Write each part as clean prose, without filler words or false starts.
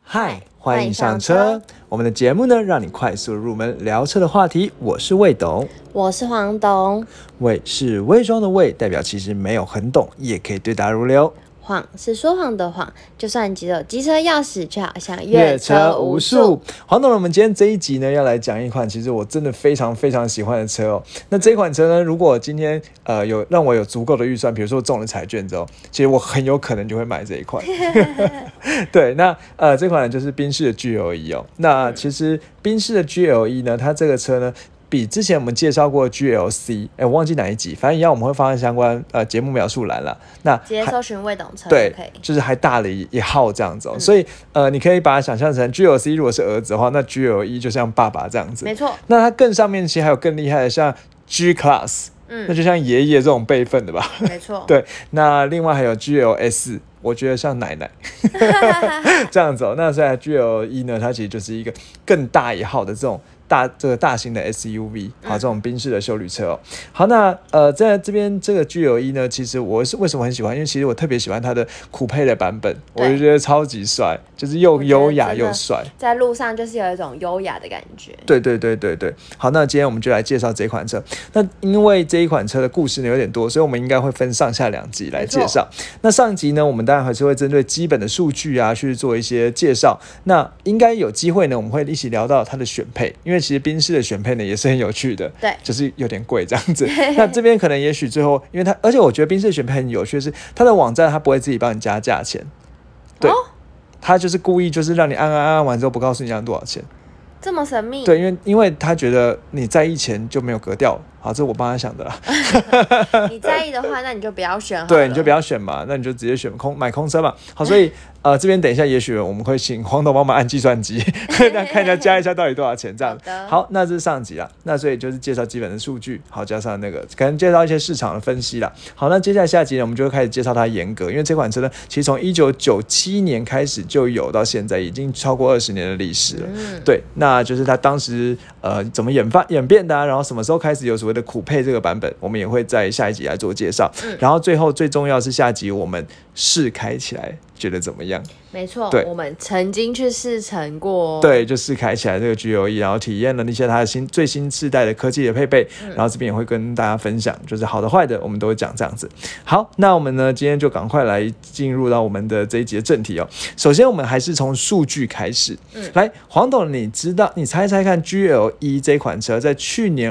嗨，欢迎上车。我们的节目呢，让你快速入门聊车的话题。我是魏董， 我是黄董。 魏是伪装的魏，代表其实没有很懂，也可以对答如流。 谎是说谎的谎，就算只有机车钥匙，就好像阅车无数。 黄董，我们今天这一集呢，要来讲一款其实我真的非常非常喜欢的车哦。那这款车呢，如果今天有让我有足够的预算，比如说中了彩券之后，其实我很有可能就会买这一款。对，那这款呢就是宾士的 GLE 哦。那其实宾士的 GLE 呢，它这个车呢，比之前我们介绍过的 GLC， 我忘记哪一集，反正一样我们会放在相关节目描述栏啦。那直接搜寻魏董车， 对，就是还大了一号这样子哦。所以你可以把它想象成 GLC 如果是儿子的话，那 GLE 就像爸爸这样子。 没错。 那它更上面其实还有更厉害的，像 G Class，那就像爷爷这种辈分的吧。 没错。 对，那另外还有 GLS。我觉得像奶奶这样子哦。那虽然 GLE 呢，它其实就是一个更大一号的这种大型的 SUV， 好，这种宾士的休旅车哦。好，那在这边这个 GLE 呢，其实我是为什么很喜欢？因为其实我特别喜欢它的酷配的版本，我就觉得超级帅，就是又优雅又帅， 在路上就是有一种优雅的感觉。 对。好，那今天我们就来介绍这款车。那因为这一款车的故事呢有点多，所以我们应该会分上下两集来介绍。那上集呢，我们当然还是会针对基本的数据啊去做一些介绍。那应该有机会呢，我们会一起聊到它的选配，因为其实宾士的选配呢也是很有趣的， 对， 就是有点贵这样子。那这边可能也许最后，因为它，而且我觉得宾士的选配很有趣的是，它的网站它不会自己帮你加价钱，对，它就是故意就是让你按完之后不告诉你要多少钱， 这么神秘。 对，因为他觉得你在意钱就没有格调了。好，这是我帮他想的啦。 你在意的话，那你就不要选好了。 对，你就不要选嘛，那你就直接选买空车嘛。好，所以这边等一下，也许我们会请黄董帮忙按计算机，看一下加一下到底多少钱这样。好，那这是上集啦。那所以就是介绍基本的数据，好，加上那个可能介绍一些市场的分析啦。好，那接下来下集呢，我们就会开始介绍它严格，因为这款车呢，其实从1997年开始就有到现在，已经超过20年的历史了。对，那就是它当时怎么演变的啊，然后什么时候开始有所谓的酷配这个版本，我们也会在下一集来做介绍。然后最后最重要是下集我们试开起来觉得怎么样？ 没错，我们曾经去试乘过， 对，就试开起来这个 GLE， 然后体验了那些它的最新世代的科技的配备，然后这边也会跟大家分享，就是好的坏的我们都会讲这样子。好，那我们呢今天就赶快来进入到我们的这一集的正题哦。首先我们还是从数据开始，来，黄董，你猜猜看 GLE 这款车在去年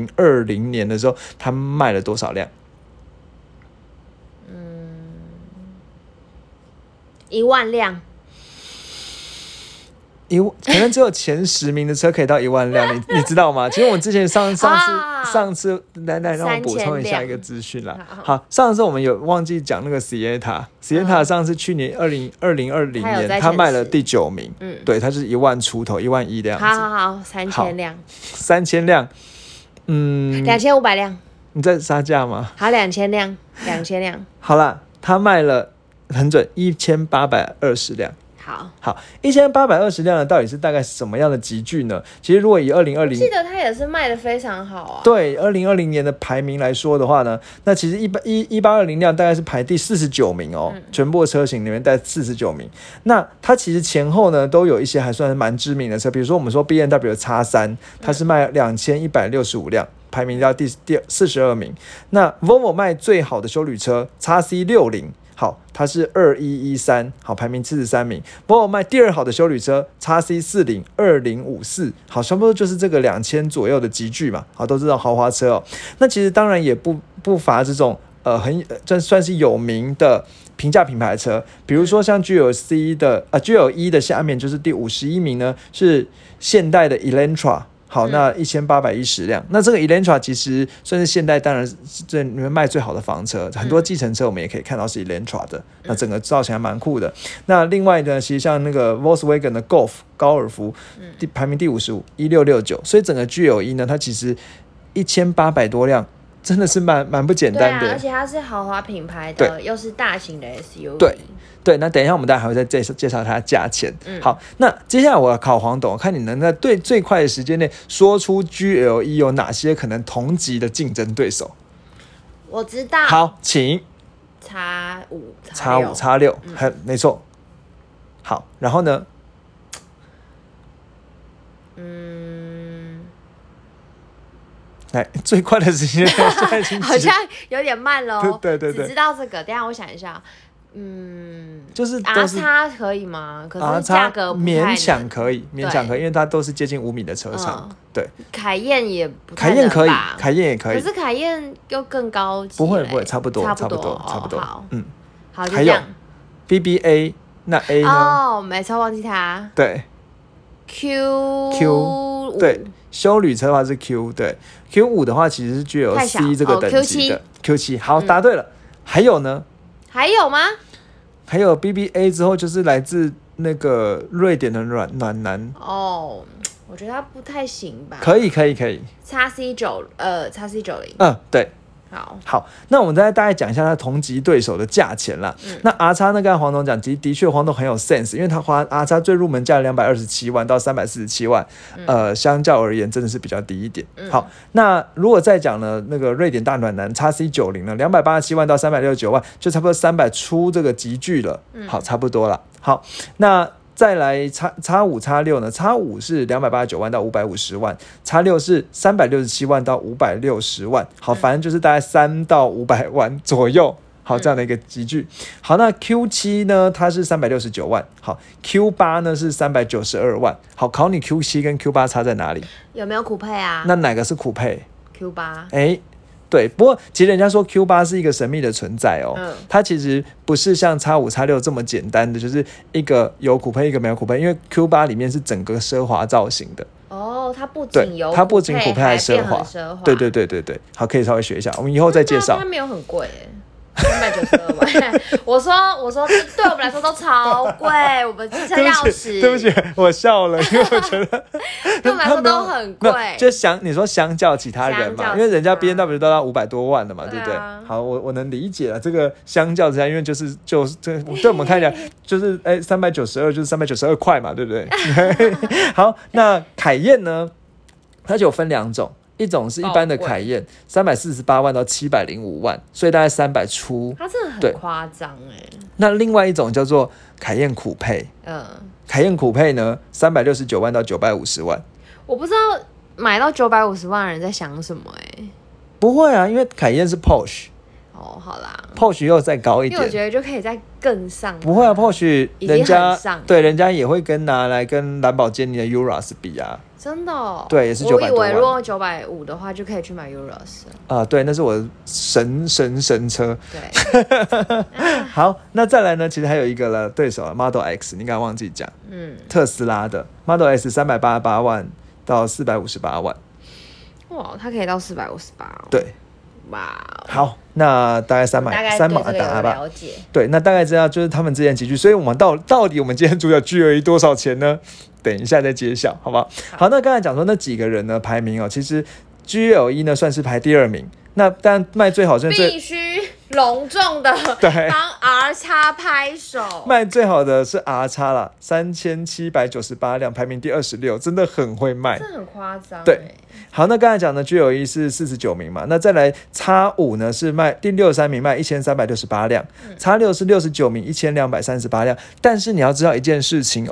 2020年的时候，它卖了多少辆 ？1万辆， 可能只有前10名的车可以到1万辆，你知道吗？其实我们之前上次来让我补充一下一个资讯啦。好，上次我们有忘记讲那个 Sienna 上次去年2020年它卖了第9名，对，它是1万出头1万1的样子。 好，3000辆 ，3000辆 ，2500辆， 你在杀价吗？ 好，2000辆， 好啦，它卖了很准1820辆。好，1820辆呢，到底是大概什么样的集聚呢？其实如果以2020， 记得它也是卖的非常好啊。 对，2020年的排名来说的话呢，那其实1820辆大概是排第49名哦，全部车型里面带49名。那它其实前后呢都有一些还算是蛮知名的车，比如说我们说 BMW X3，它是卖2165辆。排名到第42名。那 Volvo 卖最好的休旅车 XC60， 好，它是2113，好，排名43名。Volvo 卖第2好的休旅车 XC40 2054，好，差不多就是这个2000左右的集聚嘛，好，都是这种豪华车哦。那其实当然也不乏这种这算是有名的平价品牌车，比如说像 GLE 的下面就是第51名呢，是现代的 Elantra。好，那1810辆，那这个 Elantra 其实算是现代，当然这里面卖最好的房车，很多计程车我们也可以看到是 Elantra 的，那整个造型还蛮酷的。那另外呢，其实像那个 Volkswagen 的 Golf 高尔夫，排名第55 1669，所以整个 GLE 呢，它其实1800多辆，真的是蛮不简单的。 而且它是豪华品牌的，又是大型的 SUV。 对，那等一下我们大家还会再介绍它的价钱。好，那接下来我要考黄董，看你能在最快的时间内说出 GLE 有哪些可能同级的竞争对手。 我知道。 好，请。 X5、 X6，没错。好，然后呢来，最快的时间好像有点慢咯。 对， 只知道这个，等一下我想一下。 就是 R 叉可以吗？可是价格不太勉强可以，因为它都是接近5米的车长。对， 凯宴也不太能吧？凯宴也可以， 可是凯宴又更高级。 不会，差不多。 好， 好， 就这样。 BBA 那 A 呢？ 哦，没错，忘记它。 对 Q 对，休旅车的话是 Q， 对 Q5的话其实是具有 C 这个等级的。Q7， 好，答对了。还有呢？ 还有吗？ 还有 BBA 之后就是来自那个瑞典的暖男。 哦，我觉得它不太行吧。 可以。 XC90。 对。好，那我们再大概讲一下它同级对手的价钱啦。那 R 叉呢，刚才黄总讲，其实的确黄总很有 sense， 因为他花 R 叉最入门价227万到347万，相较而言真的是比较低一点。好，那如果再讲呢，那个瑞典大暖男 XC90 呢，287万到369万，就差不多300出这个级距了。好，差不多了。好，那再来 X5 X6 呢 ，X5 是289万到550万 ，X6 是367万到560万。好，反正就是大概3到500万左右。好，这样的一个级距。好，那 Q7 呢，它是369万。好 ，Q8 呢是392万。好，考你 Q7 跟 Q8 差在哪里？ 有没有酷配啊？ 那哪个是酷配 ？Q8。 对，不过其实人家说 Q8 是一个神秘的存在哦，它其实不是像 X5 X6 这么简单的，就是一个有酷配一个没有酷配，因为 Q8 里面是整个奢华造型的。 哦，它不仅有它不仅酷配还奢华。对，好，可以稍微学一下，我们以后再介绍。 它没有很贵392万，我说，对我们来说都超贵，我们机车钥匙。 对不起，我笑了，因为我觉得对我们来说都很贵。 就你说相较其他人嘛，因为人家 BMW 都要500多万的嘛，对不对？好，我能理解了，这个相较之下，因为就是这对我们看起来就是392就是392块嘛，对不对？好，那凯宴呢，它就有分2种。一种是一般的凯宴，348万到705万，所以大概300出。 它真的很夸张那另外一种叫做凯宴酷配，凯宴酷配呢，369万到950万。 我不知道买到950万的人在想什么不会啊，因为凯宴是 Porsche。 哦，好啦 ，Porsche 又再高一点， 因为我觉得就可以再更上。 不会啊 ，Porsche 人家也会拿来跟兰博基尼的 Urus 比啊。 真的对，也是900多万。 我以为如果950的话，就可以去买 Urus 对，那是我的神车。 对， 好，那再来呢？其实还有一个了对手 Model X， 你刚刚忘记讲，特斯拉的 Model X 388万到458万。 哇，它可以到458 对。 哇， 好，那大概3马达吧。对，那大概知道就是他们之间集聚，所以我们到底我们今天主角GLE多少钱呢？等一下再揭晓，好不好？好，那刚才讲说那几个人呢排名其实 GLE 呢算是排第2名，那但卖最好必须隆重的帮 R 叉拍手。 卖最好的是 R 叉啦，3798辆，排名第26，真的很会卖， 这很夸张。 对，好，那刚才讲的 GLE 是49名嘛，那再来 X5 呢是卖第63名，卖1368辆，X6 是69名，1238辆。但是你要知道一件事情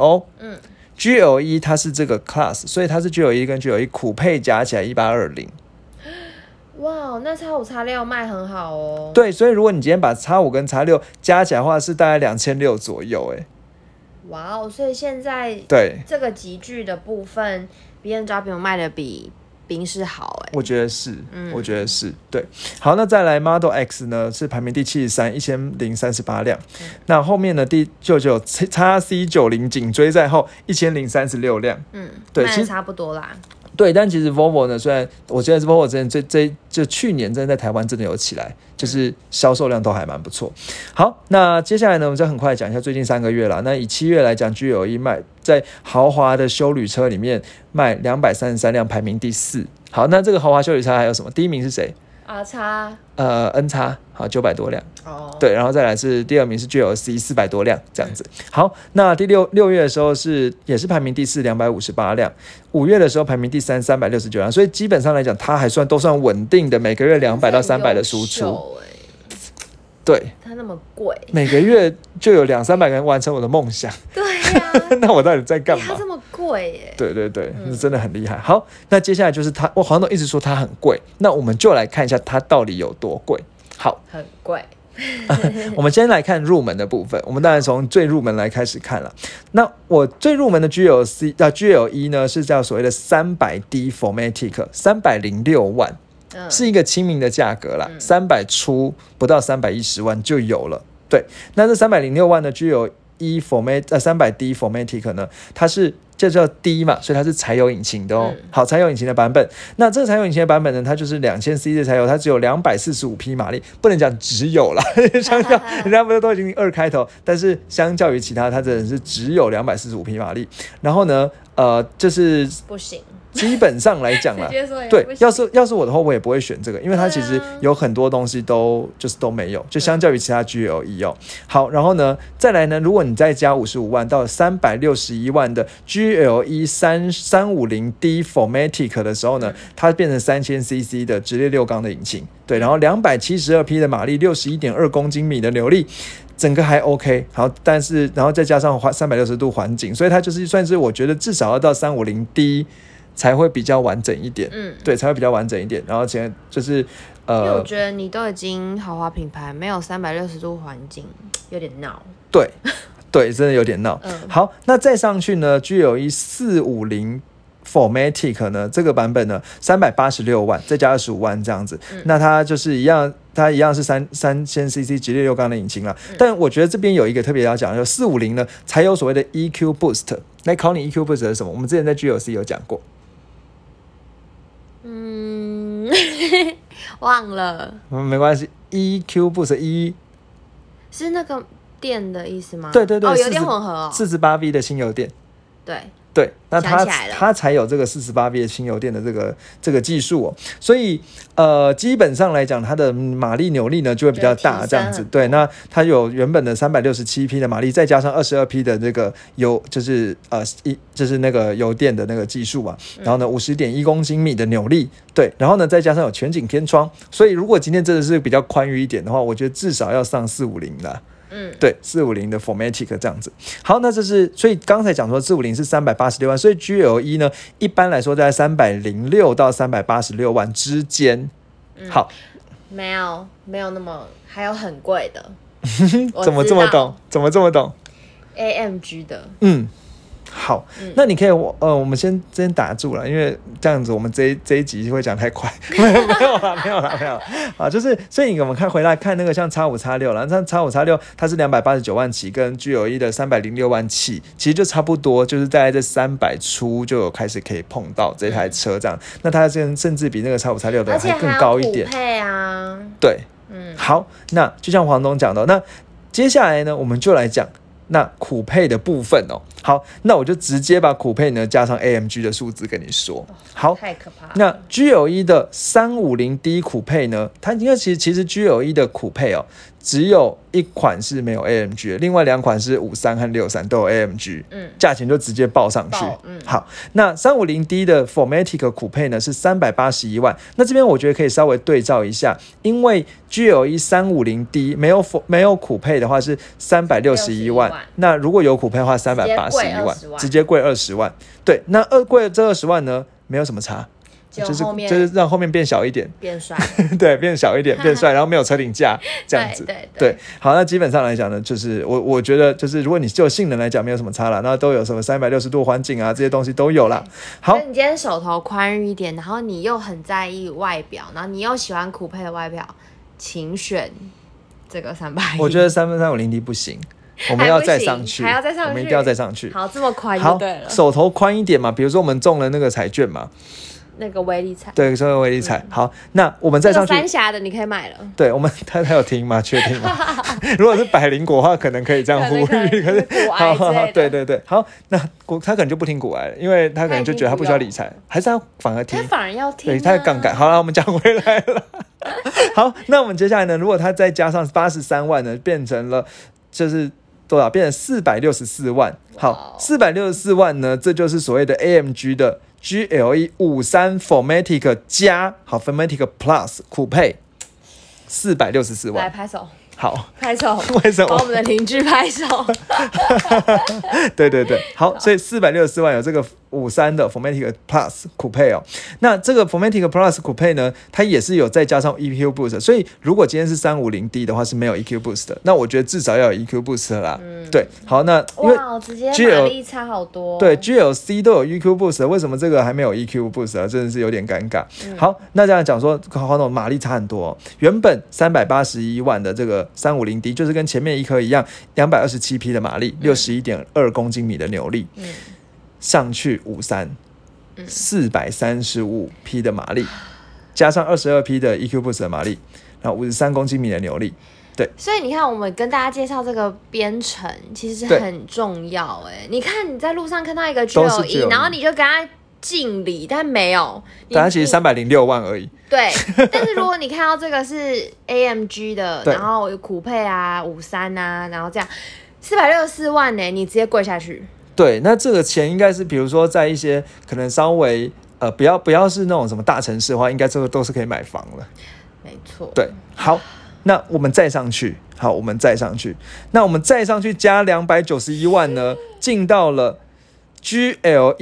GLE 它是这个 class， 所以它是 GLE 跟 GLE 酷配加起来1820。 哇，那 X5 X6 卖很好哦。 对，所以如果你今天把 X5 跟 X6 加起来的话，是大概2600左右。 哇哦，所以现在对这个级距的部分 ，BMW 卖的比宾士好我觉得是，我觉得是对。好，那再来 Model X 呢是排名第73，1038辆。那后面呢就有 XC90 紧追在后，1036辆。 对，卖的差不多啦。 对，但其实 Volvo 呢，虽然我觉得 Volvo 真的就去年真的在台湾真的有起来，就是销售量都还蛮不错。好，那接下来呢，我们再很快讲一下最近3个月啦。那以7月来讲，GLE 卖在豪华的休旅车里面卖233辆，排名第4。好，那这个豪华休旅车还有什么？第1名是谁 ？R 叉 N 叉，好900多辆。对，然后再来是第2名是 GLC 400多辆这样子。好，那第6月的时候也是排名第4 258辆，5月的时候排名第3 369辆，所以基本上来讲，它都算稳定的，每个月200到300的输出。 对， 它那么贵， 每个月就有200-300个人完成我的梦想。 对呀、 那我到底在干嘛？ 它这么贵耶。 对对对，是真的很厉害。好，那接下来就是它，我黄董一直说它很贵，那我们就来看一下它到底有多贵。好， 很贵。 我们先来看入门的部分，我们当然从最入门来开始看了。那我最入门的 GLE 呢是叫所谓的 300D Formatic 306万，是一个亲民的价格啦，300出不到310万就有了。对，那这306万的 GLE300D Formatic 呢，它是这叫 D 嘛，所以它是柴油引擎的哦。好，柴油引擎的版本，那这个柴油引擎的版本呢，它就是2000cc 的柴油，它只有245匹马力，不能讲只有啦，相较人家不是都已经2开头，但是相较于其他，它真的是只有245匹马力。然后呢，就是不行。 基本上来讲啦，对，要是我的话，我也不会选这个，因为它其实有很多东西都没有，就相较于其他 GLE 哦。好，然后呢，再来呢，如果你再加55万到361万的 GLE 350D Formatic 的时候呢，它变成3000cc 的直列6缸的引擎，对，然后272匹的马力，61.2公斤米的扭力。整个还 OK， 好，但是然后再加上360度环景，所以它就是算是我觉得至少要到350D。才会比较完整一点，对，才会比较完整一点。然后前就是因为我觉得你都已经豪华品牌，没有360度环境，有点闹。 对，对，真的有点闹。好，那再上去呢 ，GLE 450 Formatic 呢，这个版本呢386万，再加25万这样子。那它就是一样。它一样是3000cc 直列6缸的引擎啦，但我觉得这边有一个特别要讲，就450呢才有所谓的 EQ Boost。来考你 EQ Boost 是什么？我们之前在 GLC 有讲过。 忘了。 没关系 ，EQ Boost 是那个电的意思吗？ 对对对， 油电混合哦 ，48V 的轻油电。 对， 那它才有这个48V 的轻油电的这个技术哦，所以基本上来讲，它的马力扭力呢就会比较大，这样子。对，那它有原本的367匹的马力，再加上22匹的这个油，就是那个油电的那个技术嘛。然后呢，50.1公斤米的扭力，对，然后呢再加上有全景天窗，所以如果今天真的是比较宽裕一点的话，我觉得至少要上450啦。对，450的 Formatic 这样子。好，那这是所以刚才讲说450是386万，所以 GLE 呢一般来说在306到386万之间。好， 没有那么，还有很贵的。 怎么这么懂？怎么这么懂 ？AMG 的。 好，那你可以我们先打住了，因为这样子我们这一集会讲太快。没有啦啊，就是所以我们回来看那个像 X5X6 啦，像 X5X6 它是289万起，跟 GLE 的306万起，其实就差不多，就是大概在300出就有开始可以碰到这台车这样。那它甚至比那个 X5X6 的还更高一点。 而且还有酷配啊。 对，好，那就像黄董讲的，那接下来呢，我们就来讲那酷配的部分哦。好，那我就直接把酷配呢加上 AMG 的数字跟你说。好， 太可怕了。 那 GLE 的350D 酷配呢，它因为其实 GLE 的酷配哦，只有一款是没有 AMG 的，另外2款是53和63都有 AMG，价钱就直接报上去。好，那350D 的 Formatic 酷配呢是381万，那这边我觉得可以稍微对照一下，因为 GLE 350D 没有酷配的话是361万，那如果有酷配的话381万，直接贵20万。对，那贵这20万呢，没有什么差。就是让后面变小一点， 变帅， 对，变小一点，变帅，然后没有车顶架这样子，对。好，那基本上来讲呢，就是我觉得就是如果你就性能来讲没有什么差啦，那都有什么360度环境啊这些东西都有啦。好， 你今天手头宽裕一点，然后你又很在意外表，然后你又喜欢酷配的外表，请选这个380。 我觉得350D 不行。我们要再上去， 还要再上去， 我们一定要再上去。 好，这么宽就对了。 手头宽一点嘛，比如说我们中了那个彩券嘛。 那个威力彩， 对，这个威力彩。好，那我们再上去。 三峡的你可以买了。 对，我们他有听吗？确定吗？如果是百灵果的话，可能可以这样呼吁。可是股癌之类的。 对。好，那他可能就不听股癌了，因为他可能就觉得他不需要理财，还是他反而听。 他反而要听。 对，他的杠杆。好了，我们讲回来了。好，那我们接下来呢？如果他再加上83万呢，变成了就是多少？变成464万。好，464万呢，这就是所谓的 AMG 的。GLE 53 Formatic 加好 Formatic Plus 酷配464万， 来拍手。 好， 拍手， 为什么帮我们的邻居拍手？ 对对对，好，所以464万有这个53的 Formatic Plus Coupe 哦。那这个 Formatic Plus Coupe 呢，它也是有再加上 EQ Boost， 所以如果今天是 350D 的话是没有 EQ Boost 的，那我觉得至少要有 EQ Boost 啦。对，好，那因为直接马力差好多。 对 GLC 都有 EQ Boost， 为什么这个还没有 EQ Boost 啊？真的是有点尴尬。好，那这样讲说，好，那马力差很多哦。原本381万的这个350D 就是跟前面一颗一样，227匹的马力，61.2公斤米的扭力，上去53。435匹的马力，加上22匹的 EQ Boost 的马力，然后53公斤米的扭力。对， 所以你看，我们跟大家介绍这个编程其实很重要哎。你看你在路上看到一个 GLE， 然后你就跟他敬礼，但没有， 但他其实306万而已。 对，但是如果你看到这个是 AMG 的，然后有酷配啊、53啊，然后这样464万呢，你直接跪下去。 对，那这个钱应该是，比如说在一些可能稍微不要是那种什么大城市的话，应该这个都是可以买房了。 没错。对， 好，那我们再上去，那我们再上去加291万呢，进到了 GLE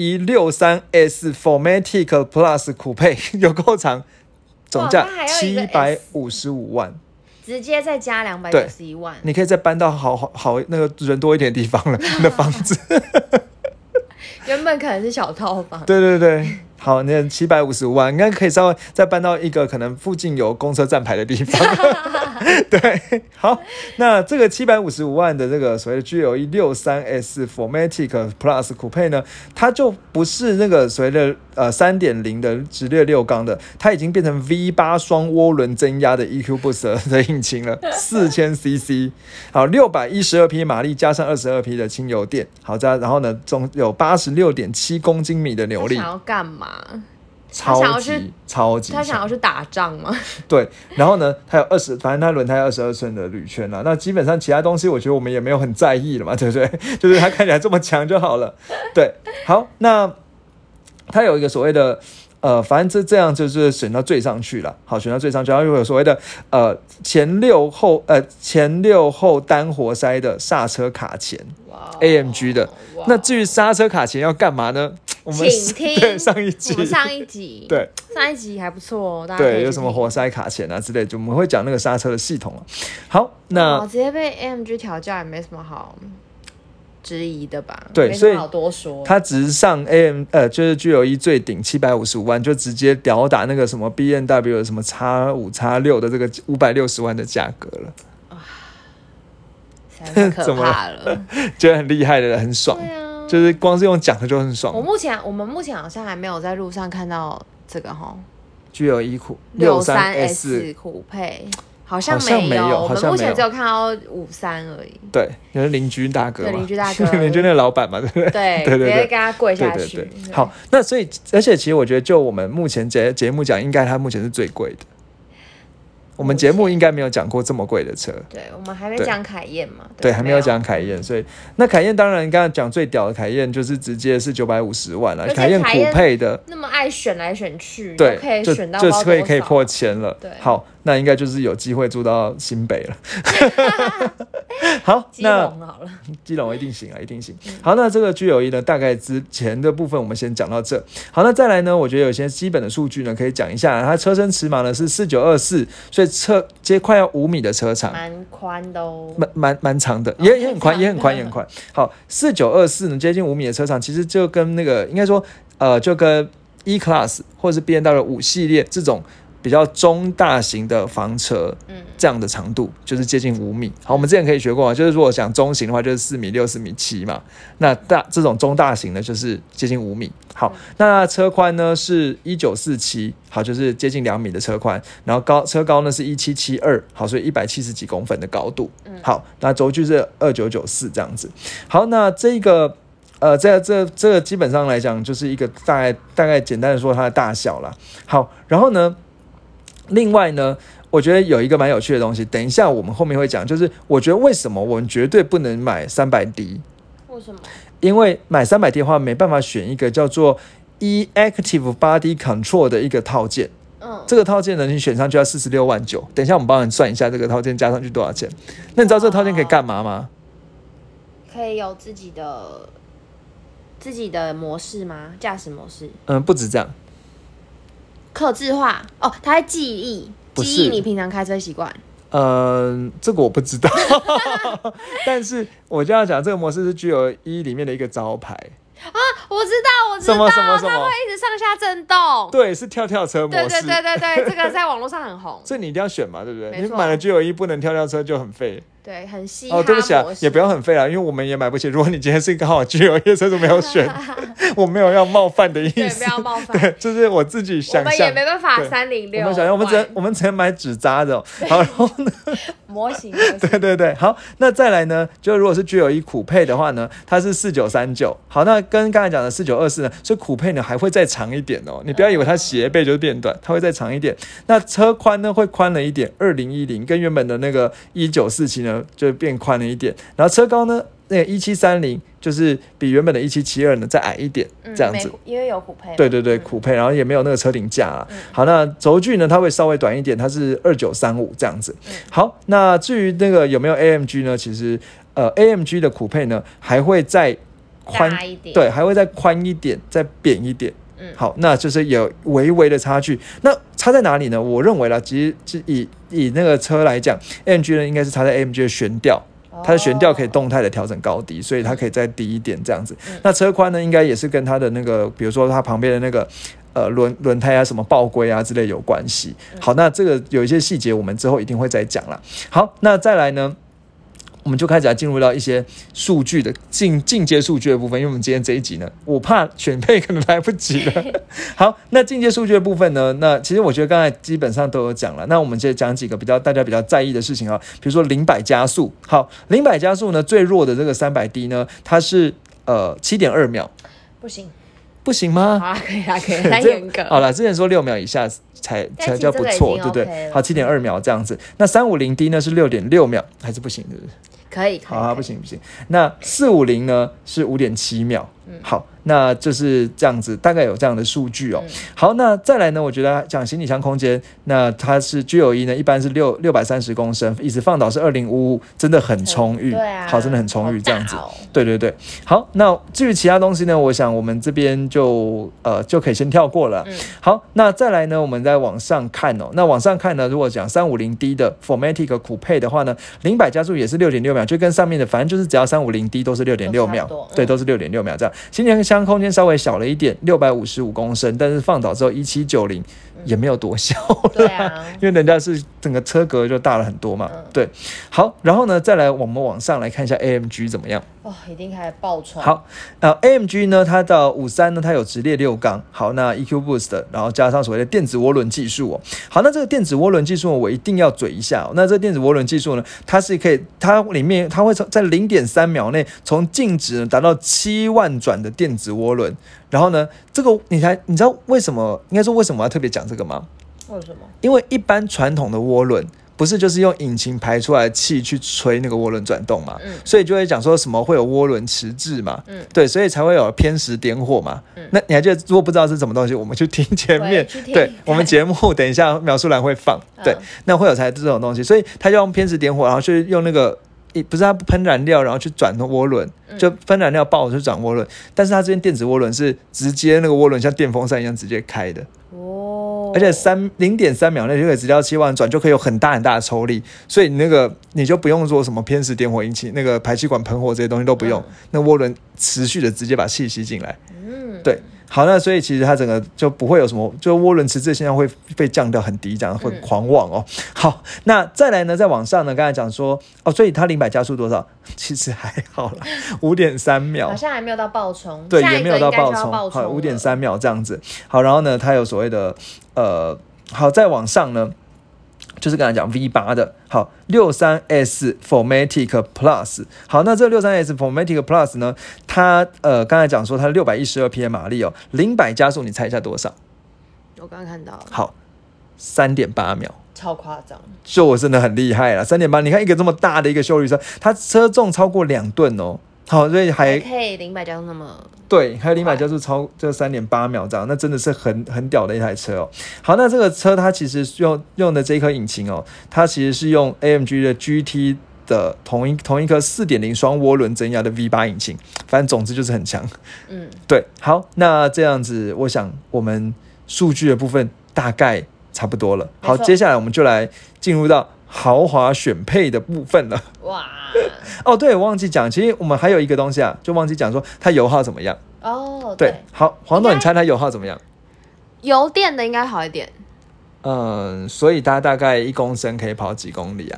63S Formatic Plus Coupe， 有够长，总价755万。 直接再加291万， 你可以再搬到好那个人多一点的地方了，你的房子。 原本可能是小套房。 对对对，好，那755万应该可以稍微再搬到一个可能附近有公车站牌的地方。对，好，那这个755万的这个所谓的 GLE 63S Formatic Plus Coupe 呢，它就不是那个所谓的3.0 的直列6缸的，它已经变成 V8 双涡轮增压的 EQ Boost 的引擎了，4000cc， 好，612匹马力加上22匹的轻油电，好，然后呢，总有86.7公斤米的扭力。 他想要干嘛？ 超级他想要去打仗吗？ 对，然后呢，它有反正它轮胎22寸的铝圈啦。那基本上其他东西，我觉得我们也没有很在意了嘛，对不对？就是它看起来这么强就好了。对，好，那它有一个所谓的反正这样就是选到最上去了。好，选到最上去，然后又有所谓的前六后单活塞的刹车卡钳，AMG 的。那至于刹车卡钳要干嘛呢？我们请听对上一集，对上一集还不错，大家对，有什么活塞卡钳啊之类的，我们会讲那个刹车的系统。好，那直接被 AMG 调教也没什么好质疑的吧？ 对， 没什么好多说。 他只是上就是 GLE 最顶755万，就直接吊打那个什么 BMW 的什么 X5、X6 的这个560万的价格了。 太可怕了， 觉得很厉害的人很爽。对啊，就是光是用讲的就很爽。 我们目前好像还没有在路上看到这个 GLE 63S 酷配，好像没有。我们目前只有看到53而已。 对，就是邻居大哥嘛， 邻居大哥， 邻居那个老板嘛，对不对？ 对，直接跟他跪下去。 对。好，那所以而且其实我觉得，就我们目前节目讲，应该它目前是最贵的。我们节目应该没有讲过这么贵的车。 对，我们还没讲凯宴嘛。 对，还没有讲凯宴，所以那凯宴当然刚才讲最屌的凯宴就是直接是950万了。凯宴酷配的那么爱选来选去， 对， 可以选到就可以破千了。 对， 好，那应该就是有机会住到新北了。好， 基隆好了， 基隆一定行啊，一定行。好，那这个 GLE 呢，大概之前的部分我们先讲到这。好，那再来呢，我觉得有些基本的数据呢可以讲一下。它车身尺码呢是4924，所以接快要5米的车长， 蛮宽的哦， 蛮长的，也很宽，也很宽。好，4924呢接近5米的车长，其实就跟那个应该说就跟 E-Class 或者是 BMW 5系列这种比较中大型的房车，这样的长度就是接近5米。好，我们之前可以学过，就是如果想中型的话，就是4米6、4米7嘛。那这种中大型的，就是接近5米。好，那车宽呢是1947，好，就是接近2米的车宽。然后车高呢是1772，好，所以170几公分的高度。好，那轴距是2994这样子。好，那这个这个基本上来讲，就是一个大概简单的说它的大小啦。好，然后呢，另外呢，我觉得有一个蛮有趣的东西，等一下我们后面会讲，就是我觉得为什么我们绝对不能买300D？ 为什么？ 因为买300D的话，没办法选一个叫做 E-Active Body Control 的一个套件。 这个套件呢，你选上就要46.9万。等一下我们帮你算一下这个套件加上去多少钱。那你知道这个套件可以干嘛吗？ 可以有自己的模式吗？驾驶模式？ 不止这样， 客制化哦，它会记忆你平常开车习惯。 这个我不知道，但是我就要讲这个模式是 GLE 里面的一个招牌。 啊，我知道， 什么它会一直上下震动。 对，是跳车模式。 对，这个在网络上很红。 所以你一定要选嘛，对不对？你买了 GLE 不能跳车就很废。 对，很嘻哈模式。 对不起啊，也不要很废啦，因为我们也买不起。如果你今天是刚好 GLE 的车主没有选，我没有要冒犯的意思。 对，不要冒犯。 对，就是我自己想象。 我们也没办法306。 我们想象，我们只能买纸扎的。好，然后呢？ 模型。 对，好，那再来呢？就如果是 GLE 酷配的话呢，它是4939。好，那跟刚才讲的4924呢，所以酷配呢还会再长一点哦。你不要以为它斜背就是变短，它会再长一点。那车宽呢会宽了一点，2010跟原本的那个1947呢就变宽了一点。然后车高呢，那个1730就是比原本的1772呢再矮一点，这样子。 因为有酷配。 对，酷配，然后也没有那个车顶架啦。好，那轴距呢它会稍微短一点，它是2935这样子。好，那至于那个有没有 AMG 呢？其实AMG 的酷配呢还会再宽一点， 对，还会再宽一点，再扁一点。好，那就是有微微的差距。那差在哪里呢？我认为啦，其实以那个车来讲 ，AMG 呢应该是差在 AMG 的悬吊。它的悬吊可以动态的调整高低，所以它可以再低一点这样子。那车宽呢，应该也是跟它的那个，比如说它旁边的那个轮胎啊、什么爆龟啊之类有关系。好，那这个有一些细节我们之后一定会再讲啦。好，那再来呢？我们就开始来进入到一些数据的进阶数据的部分，因为我们今天这一集呢，我怕选配可能来不及了。好，那进阶数据的部分呢，那其实我觉得刚才基本上都有讲了。那我们接着讲几个大家比较在意的事情啊，比如说0-100加速。好，0-100加速呢，最弱的这个 300D 呢，它是7.2秒。不行吗？ 好啦，可以啦，太严格。 好啦，之前说6秒以下才叫不错，对不对？好，7.2秒这样子。那 350D 呢是6.6秒，还是不行，是不是？ 可以。 好，不行。那450呢是5.7秒。好，那就是这样子，大概有这样的数据哦。好，那再来呢？我觉得讲行李箱空间，那它是 GLE 呢，一般是630公升，椅子放倒是2055，真的很充裕。 对啊， 好，真的很充裕，这样子。对。好，那至于其他东西呢，我想我们这边就可以先跳过了。好，那再来呢，我们再往上看哦。那往上看呢，如果讲 350D 的 Formatic 酷配的话呢，0-100加速也是6.6秒，就跟上面的，反正就是只要 350D 都是6.6秒，对，都是6.6秒这样。行李箱空间稍微小了一点，655公升，但是放倒之后1790也没有多小了， 对啊， 因为人家是整个车格就大了很多嘛。对，好，然后呢，再来我们往上来看一下 AMG 怎么样。 一定开始爆冲。 好，AMG 呢，它到53呢，它有直列6缸。好，那 EQ Boost， 然后加上所谓的电子涡轮技术哦。好，那这个电子涡轮技术我一定要嘴一下哦。那这个电子涡轮技术呢，它是可以，它里面它会在0.3秒内从静止达到7万转的电子涡轮。然后呢，这个你知道为什么？应该说为什么要特别讲这个吗？ 为什么？ 因为一般传统的涡轮不是就是用引擎排出来的气去吹那个涡轮转动嘛，所以就会讲说什么会有涡轮迟滞嘛，对，所以才会有偏时点火嘛。那你还记得，如果不知道是什么东西，我们去听前面，对，我们节目等一下描述栏会放，对，那会有才这种东西，所以他就用偏时点火，然后去用那个。不是它喷燃料，然后去转涡轮，就喷燃料爆去转涡轮，但是它这边电子涡轮是直接那个涡轮像电风扇一样直接开的。而且0.3秒内就可以直接到7万转，就可以有很大很大的抽力，所以你就不用说什么偏时点火引起那个排气管喷火这些东西都不用，那涡轮持续的直接把气吸进来。对。好，那所以其实它整个就不会有什么，就涡轮迟滞现象会被降到很低，这样会狂妄哦。好，那再来呢，再往上呢，刚才讲说所以它0-100加速多少？其实还好啦，5.3秒， 好像还没有到爆冲， 对，也没有到爆冲，好，5.3秒这样子。好，然后呢，它有所谓的好，再往上呢。就是刚才讲 V8 的，好 63S Formatic Plus， 好，那这 63S Formatic Plus 呢，它刚才讲说它612匹马力哦，0-100加速你猜一下多少？ 我刚刚看到了， 好，3.8秒， 超夸张， 就我真的很厉害啦，3.8，你看一个这么大的一个休旅车，它车重超过2吨哦。 好，所以还可以0-100加速那么对，还有0-100加速就3.8秒这样，那真的是很屌的一台车哦。好，那这个车它其实用的这一颗引擎哦，它其实是用 AMG 的 GT 的同一颗 4.0 双涡轮增压的 V8 引擎，反正总之就是很强。对，好，那这样子，我想我们数据的部分大概差不多了。好，接下来我们就来进入到豪华选配的部分了。哇！哦，对，我忘记讲，其实我们还有一个东西啊，就忘记讲说它油耗怎么样。哦，对，好，黄总，你猜它油耗怎么样？ 油电的应该好一点。 所以它大概1公升可以跑几公里啊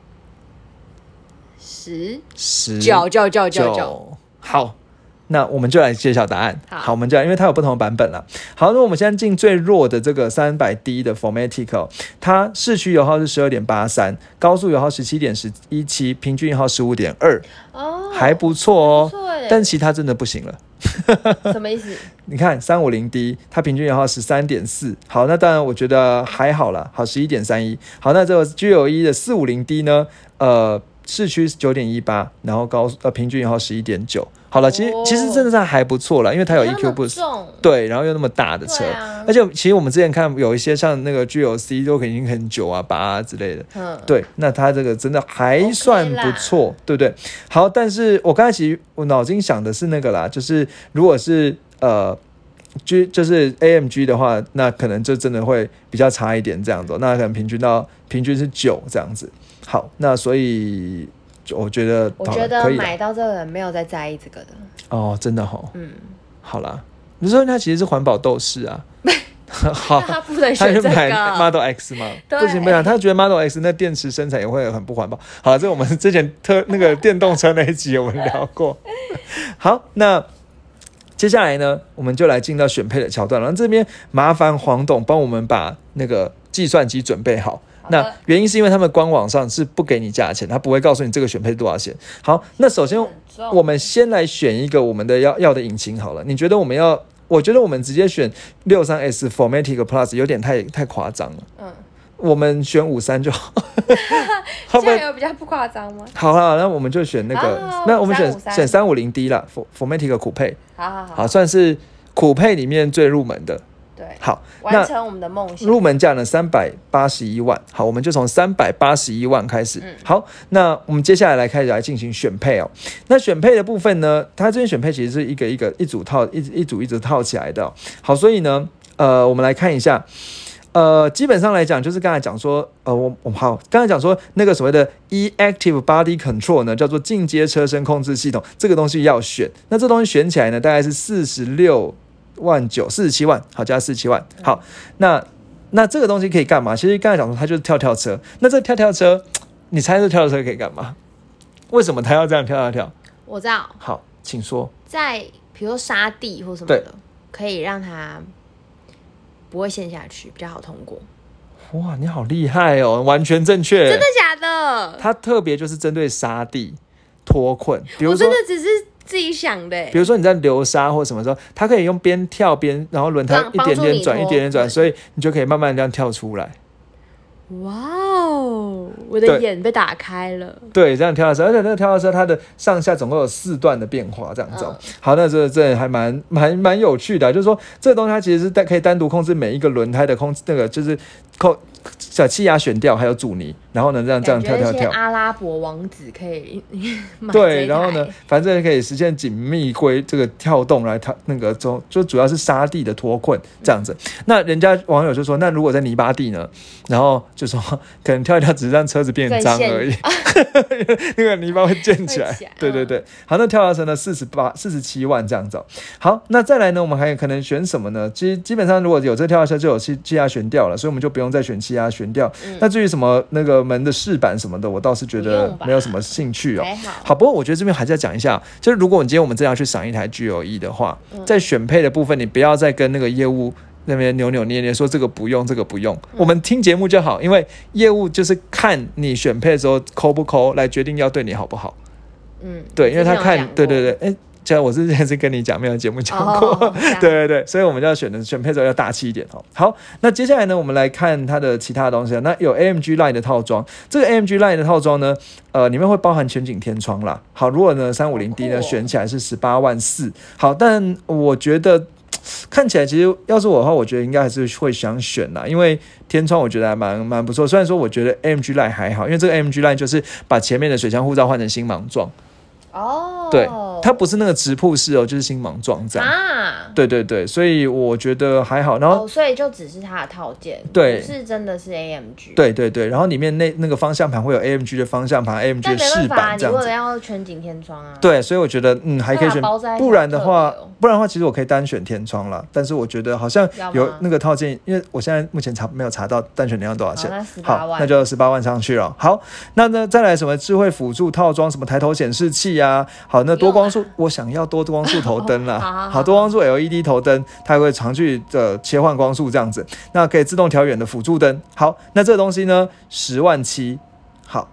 ？9。好。那我们就来揭晓答案。好，我们就来，因为它有不同的版本了。好，那我们现在进最弱的这个 300D 的 Formatic， 它市区油耗是 12.83， 高速油耗 17.17， 平均油耗 15.2， 还不错哦。但其他真的不行了。 什么意思？ 你看 350D 它平均油耗 13.4， 好，那当然我觉得还好啦，好 11.31。 好，那这个 G91 的 450D 呢，市区 9.18， 然后平均油耗 11.9。好了，其实真的是还不错啦，因为它有 EQ Boost， 对，然后又那么大的车，而且其实我们之前看有一些像那个 GLC 都已经很9啊8啊之类的，对，那它这个真的还算不错，对不对？好，但是我刚才其实我脑筋想的是那个啦，就是如果是就是 AMG 的话，那可能就真的会比较差一点这样子，那可能平均是9这样子。好，那所以我觉得买到这个人没有在在意这个的哦，真的哦。好啦，你说他其实是环保斗士啊。好， 他不能选这个。他是买 Model X 吗？不行，他觉得 Model X 那电池生产也会很不环保。好，这我们之前那个电动车那一集我们聊过。好，那接下来呢，我们就来进到选配的桥段了。这边麻烦黄董帮我们把那个计算机准备好。那原因是因为他们官网上是不给你价钱，他不会告诉你这个选配多少钱。好，那首先我们先来选一个我们的要的引擎好了。你觉得我觉得我们直接选 63S Formatic Plus 有点太夸张了。我们选53就好。 这样有比较不夸张吗？ 好，那我们就选那个，那我们选 350D 啦 Formatic 酷配。好，算是酷配里面最入门的。 对， 好， 完成我们的梦想。 入门价呢381万，好，我们就从381万开始。好，那我们接下来开始来进行选配哦。那选配的部分呢，它这边选配其实是一组一直套起来的。好，所以呢，我们来看一下。基本上来讲，就是刚才讲说，刚才讲说那个所谓的 E-Active Body Control 呢，叫做进阶车身控制系统，这个东西要选。那这东西选起来呢，大概是46.9万，47万，好，加47万。好，那这个东西可以干嘛？其实刚才讲说它就是跳车。那这跳车，你猜这跳车可以干嘛？为什么它要这样跳？ 我知道。 好，请说。 在比如说沙地或什么的，可以让它不会陷下去，比较好通过。 哇，你好厉害哦，完全正确。 真的假的？ 它特别就是针对沙地脱困，比如说我真的只是自己想的。 比如说你在流沙或什么时候，它可以用边跳边，然后轮胎一点点转，所以你就可以慢慢这样跳出来。 哇哦，我的眼被打开了。 对，这样跳车，而且那个跳车它的上下总共有4段的变化，这样子。好，那这还蛮有趣的，就是说这个东西它其实是可以单独控制每一个轮胎的那个就是小气压悬吊还有阻尼，然后呢这样跳。 阿拉伯王子可以买对，然后呢，反正可以实现紧密这个跳动来那个就主要是沙地的脱困这样子。那人家网友就说，那如果在泥巴地呢？然后就说可能跳一跳只是让车子变脏而已，那个泥巴会溅起来。对。好，那跳车呢47万这样子。好，那再来呢，我们还有可能选什么呢？基本上如果有这跳车就有气压悬吊了，所以我们就不用再选气压悬吊。那至于什么那个门的饰板什么的，我倒是觉得没有什么兴趣哦。好，不过我觉得这边还是要讲一下，就是如果你今天我们真的要去赏一台 GLE 的话，在选配的部分，你不要再跟那个业务那边扭扭捏捏说这个不用。我们听节目就好，因为业务就是看你选配的时候抠不抠来决定要对你好不好。对，因为他看对， 这我之前是跟你讲，没有节目讲过。对对对，所以我们就要选配置要大气一点。好，那接下来呢，我们来看它的其他的东西。那有 AMG Line 的套装，这个 AMG Line 的套装呢，里面会包含全景天窗啦。好，如果呢 350D 呢选起来是18万4，好，但我觉得看起来其实要是我的话，我觉得应该还是会想选啦，因为天窗我觉得还蛮不错。虽然说我觉得 AMG Line 还好，因为这个 AMG Line 就是把前面的水箱护罩换成星芒状。对，它不是那个直瀑式就是星芒状这样啊。对对对，所以我觉得还好。然后所以就只是它的套件， 对， 不是真的是 AMG。 对对对，然后里面那个方向盘会有 AMG 的方向盘 ，AMG 的饰板这样子。 你为了要全景天窗啊。 对，所以我觉得还可以选，不然的话，其实我可以单选天窗啦。但是我觉得好像有那个套件，因为我现在目前没有查到单选量多少钱。 好， 那就18万上去了。好，那再来什么智慧辅助套装，什么抬头显示器啊，好，那多光束，我想要多光束头灯啦。好，多光束 LED 头灯，它会长距的切换光束这样子，那可以自动调远的辅助灯。好，那这个东西呢，10万7，好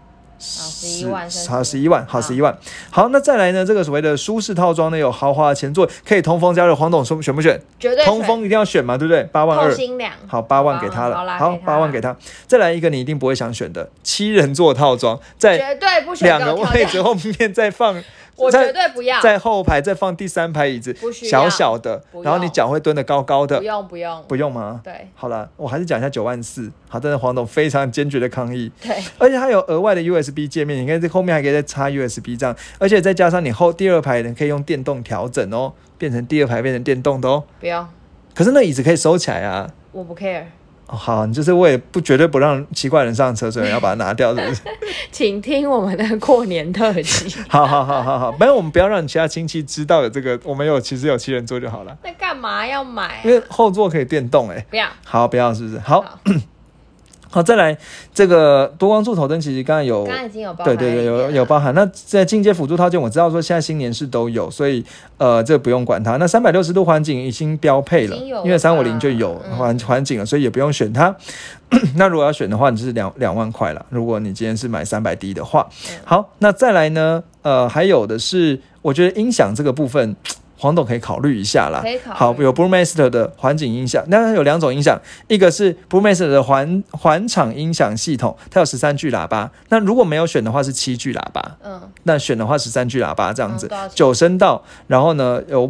，11万，好11万。好，那再来呢，这个所谓的舒适套装呢，有豪华的前座，可以通风加热，黄董选不选？ 绝对选， 通风一定要选嘛，对不对？8万2， 透心凉。 好，8万给他了。好，8万给他。再来一个你一定不会想选的7人座套装，在绝对不选 2个位置后面再放。 我绝对不要， 在后排再放第3排椅子，小小的，然后你脚会蹲得高高的。 不用吗？ 对， 好了，我还是讲一下9万4。好，但是黄董非常坚决的抗议。 对， 而且它有额外的 USB 界面，你看这后面还可以再插 USB 这样，而且再加上你第2排人可以用电动调整哦，变成第2排变成电动的哦。 不要。 可是那椅子可以收起来啊。 我不 care。 好，就是我也绝对不让奇怪人上车，所以要把它拿掉，是不是？ 请听我们的过年特辑。 好，没有，我们不要让其他亲戚知道有这个，我们其实有7人座就好了。 那干嘛要买因为后座可以电动不要。 好，不要，是不是？好。好，再来这个多光束头灯，其实刚才已经有包含， 对，有包含。那在进阶辅助套件，我知道说现在新年式都有，所以这个不用管它。那360度环景已经标配了，因为350就有环景了，所以也不用选它。那如果要选的话，你就是2万块了。如果你今天是买300D 的话，好，那再来呢？还有的是，我觉得音响这个部分。黄董可以考虑一下啦。好，有 Brewmaster 的环境音响，那有2种音响，一个是 Brewmaster 的环场音响系统，它有13句喇叭。那如果没有选的话是7句喇叭，那选的话13句喇叭这样子，9声道，然后呢有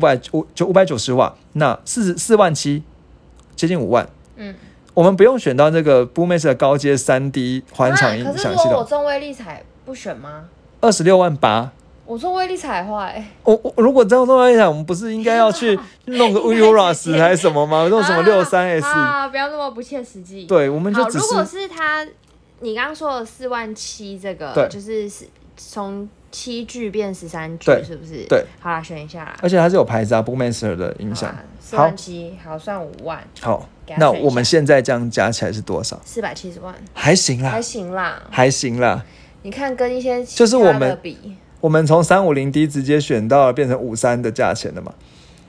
590瓦，那4万7，接近5万。我们不用选到这个 Brewmaster 的高阶3D 环场音响系统。可是我中威力彩不选吗 ？26万8。 我中威力彩坏， 我如果这样中威力彩，我们不是应该要去弄个 Urus 还是什么吗？弄什么63S 啊？不要那么不切实际。 对，我们就只是。 如果是你刚刚说的4万7，这个就是从7句变13句，是不是？ 对。 好啦，选一下啦。 而且它是有牌子啊 ，Brewmaster 的音响。 4万7，好，算5万。 好，那我们现在这样加起来是多少 ？470万。 还行啦。 你看，跟一些就是我们从350D 直接选到变成53的价钱了嘛？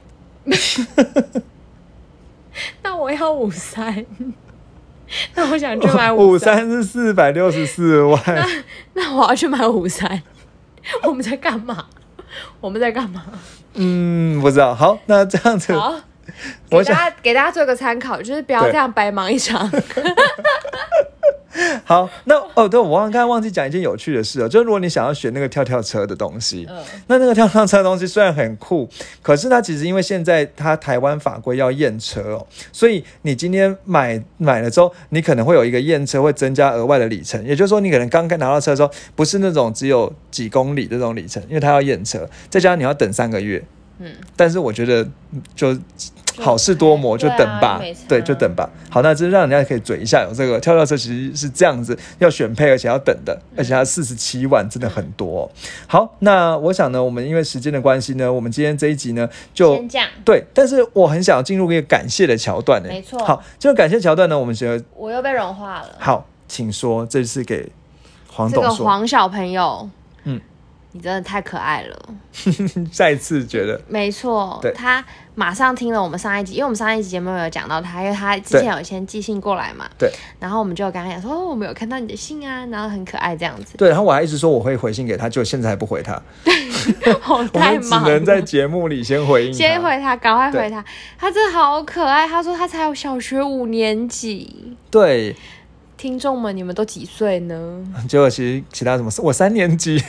那我要53，那我想去买 53是464万。 那我要去买53，我们在干嘛？ 不知道。好，那这样子， 好，给大家做个参考，就是不要这样白忙一场。 好，那对，我刚才忘记讲一件有趣的事就是如果你想要选那个跳跳车的东西，那个跳跳车的东西虽然很酷，可是它其实因为现在它台湾法规要验车所以你今天买了之后，你可能会有一个验车会增加额外的里程，也就是说你可能刚拿到车的时候，不是那种只有几公里的这种里程，因为它要验车，再加上你要等3个月。但是我觉得就好事多磨，就等吧，对，就等吧。好，那这让人家可以嘴一下，有这个跳跳车其实是这样子，要选配而且要等的，而且它47万，真的很多好，那我想呢，我们因为时间的关系呢，我们今天这一集呢就先讲。 对，但是我很想要进入一个感谢的桥段没错。 好，这个感谢桥段呢，我们我又被融化了。 好，请说，这是给黄董说。 这个黄小朋友， 你真的太可爱了。 再次觉得没错，他马上听了我们上一集，因为我们上一集节目有讲到他，因为他之前有先寄信过来嘛， 对， 然后我们就跟他讲说，我们有看到你的信啊，然后很可爱这样子， 对，然后我还一直说我会回信给他，结果现在还不回他， 我太忙了， 我们只能在节目里先回应他， 先回他，赶快回他，他真的好可爱，他说他才有小学5年级， 对。 听众们，你们都几岁呢？ 结果其他什么，我3年级。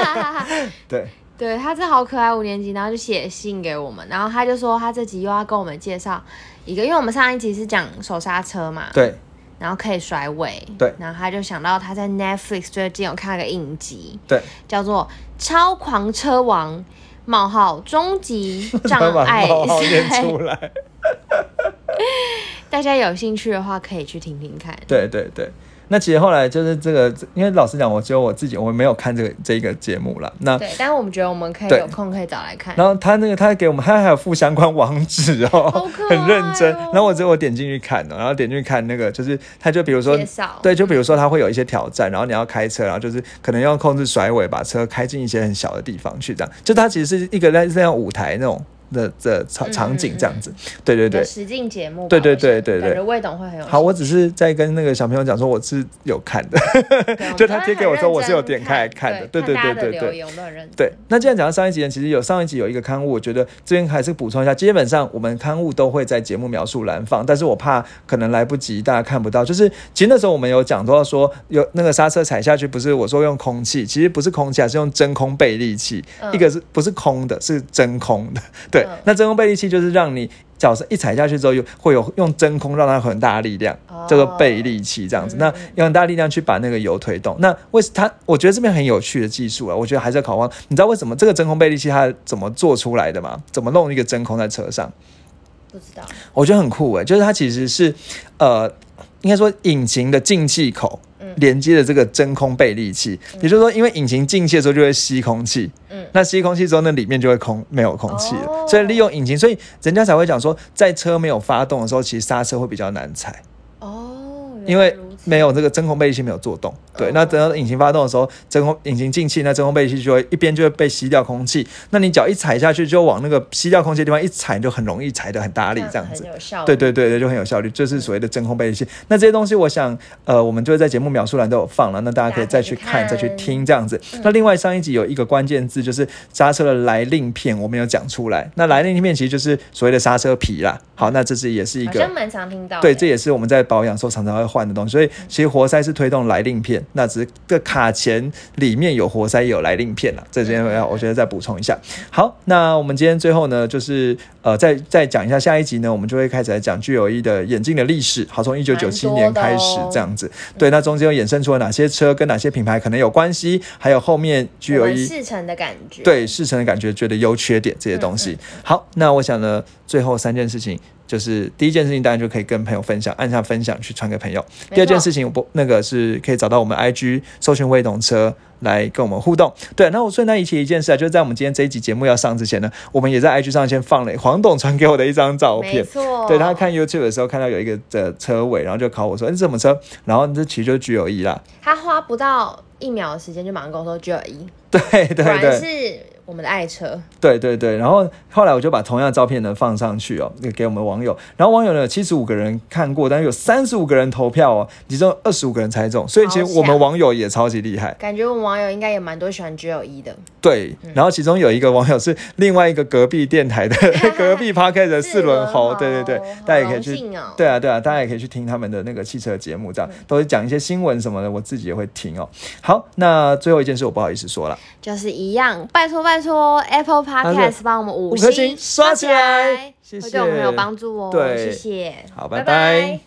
对，他真的好可爱，5年级，然后就写信给我们，然后他就说他这集又要跟我们介绍一个，因为我们上一集是讲手刹车嘛， 对， 然后可以甩尾， 对， 然后他就想到他在 Netflix 最近有看了个影集， 对， 叫做《超狂车王：终极障碍赛》 出来。 大家有兴趣的话，可以去听听看。 对对对，那其实后来就是这个，因为老实讲，我只有我自己，我没有看这个节目啦。那对，但是我们觉得我们可以有空可以找来看。 然后他给我们，他还有附相关网址哦，很认真。然后我点进去看然后点进去看那个，就是他就比如说，对，就比如说他会有一些挑战，然后你要开车，然后就是可能要控制甩尾，把车开进一些很小的地方去，这样。就它其实是一个类似像舞台那种。的场景这样子，对对对， 实境节目， 对对对对对， 感觉魏董会很有好。我只是在跟那个小朋友讲说我是有看的，就他贴给我说我是有点开来看的，对对对对对对。那既然讲到上一集呢，其实上一集有一个刊物，我觉得这边还是补充一下，基本上我们刊物都会在节目描述栏放，但是我怕可能来不及，大家看不到。就是其实那时候我们有讲到说，有那个刹车踩下去，不是我说用空气，其实不是空气，是用真空倍力器，一个是不是空的，是真空的。对，那真空倍力器就是让你脚一踩下去之后，会有用真空让它很大力量，叫做倍力器这样子。那用很大力量去把那个油推动。那我觉得这边很有趣的技术啊，我觉得还是要考忘。你知道为什么这个真空倍力器它怎么做出来的吗？怎么弄一个真空在车上？ 不知道。我觉得很酷就是它其实是应该说引擎的进气口连接的这个真空倍力器，也就是说，因为引擎进气的时候就会吸空气，那吸空气之后，那里面就会没有空气了，所以利用引擎，所以人家才会讲说，在车没有发动的时候，其实刹车会比较难踩。因为没有这个真空倍力器没有做动，对，那等到引擎发动的时候，引擎进气，那真空倍力器就会一边就会被吸掉空气，那你脚一踩下去，就往那个吸掉空气的地方一踩，就很容易踩得很大力，这样子，对对对对，就很有效率，就是所谓的真空倍力器。那这些东西，我想，我们就会在节目描述栏都有放了，那大家可以再去看，再去听这样子。那另外上一集有一个关键字，就是刹车的来令片，我们有讲出来。那来令片其实就是所谓的刹车皮啦。好，那这是也是一个好像蛮常听到的， 对，这也是我们在保养的时候常常会换的东西。所以其实活塞是推动来令片，那只是个卡钳里面有活塞也有来令片啦。这边我觉得再补充一下。好，那我们今天最后呢，就是再讲一下下一集呢，我们就会开始来讲GLE的眼镜的历史。好，从1997年开始这样子。对，那中间又衍生出了哪些车跟哪些品牌可能有关系，还有后面GLE 试乘的感觉， 对试乘的感觉，觉得优缺点这些东西。好，那我想呢，最后3件事情。就是第一件事情，当然就可以跟朋友分享，按下分享去传给朋友。第二件事情，那个是可以找到我们 IG 搜寻魏董车来跟我们互动。对，那我顺带一提一件事就是在我们今天这一集节目要上之前呢，我们也在 IG 上先放了黄董传给我的一张照片。 没错， 对，他看 YouTube 的时候看到有一个车尾，然后就考我说：“这什么车？”然后这其实就是GLE啦。 他花不到1秒的时间就马上跟我说 GLE。 对对对，果然是我们的爱车。 对对对，然后后来我就把同样的照片呢放上去给我们网友，然后网友呢75个人看过，但是有35个人投票其中25个人猜中，所以其实我们网友也超级厉害。 感觉我们网友应该也蛮多喜欢 GLE 的。 对，然后其中有一个网友是另外一个隔壁电台的隔壁 Podcast 的4轮猴，对对对，大家也可以去，对啊对啊，大家也可以去听他们的那个汽车节目，这样都是讲一些新闻什么的，我自己也会听好，那最后一件事我不好意思说了， 就是一样，拜托 Apple Podcast 帮我们5星刷起来，谢谢，会对我们很有帮助对，谢谢， 好，拜拜。